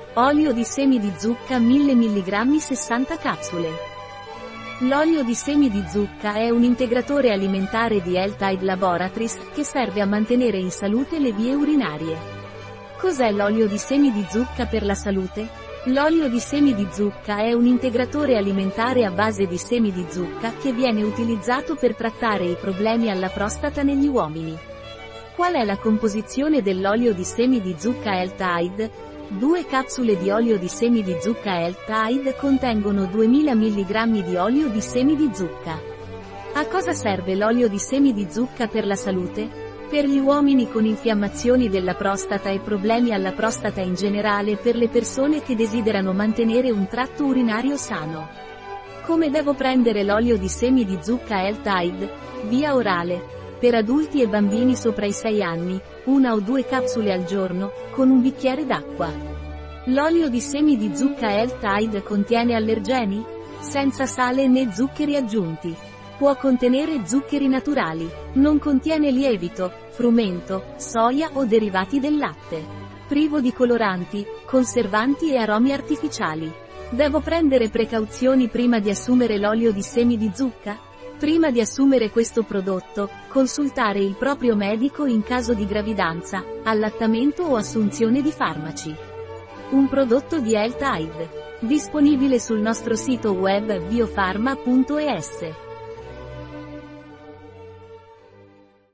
Olio di semi di zucca 1000 mg 60 capsule. L'olio di semi di zucca è un integratore alimentare di Health-Ade Laboratories, che serve a mantenere in salute le vie urinarie. Cos'è l'olio di semi di zucca per la salute? L'olio di semi di zucca è un integratore alimentare a base di semi di zucca che viene utilizzato per trattare i problemi alla prostata negli uomini. Qual è la composizione dell'olio di semi di zucca Health-Ade? 2 capsule di olio di semi di zucca Health-Ade contengono 2000 mg di olio di semi di zucca. A cosa serve l'olio di semi di zucca per la salute? Per gli uomini con infiammazioni della prostata e problemi alla prostata in generale, per le persone che desiderano mantenere un tratto urinario sano. Come devo prendere l'olio di semi di zucca Health-Ade? Via orale. Per adulti e bambini sopra i 6 anni, 1 o 2 capsule al giorno, con un bicchiere d'acqua. L'olio di semi di zucca Health-Ade contiene allergeni? Senza sale né zuccheri aggiunti. Può contenere zuccheri naturali. Non contiene lievito, frumento, soia o derivati del latte. Privo di coloranti, conservanti e aromi artificiali. Devo prendere precauzioni prima di assumere l'olio di semi di zucca? Prima di assumere questo prodotto, consultare il proprio medico in caso di gravidanza, allattamento o assunzione di farmaci. Un prodotto di Health-Ade. Disponibile sul nostro sito web biofarma.es.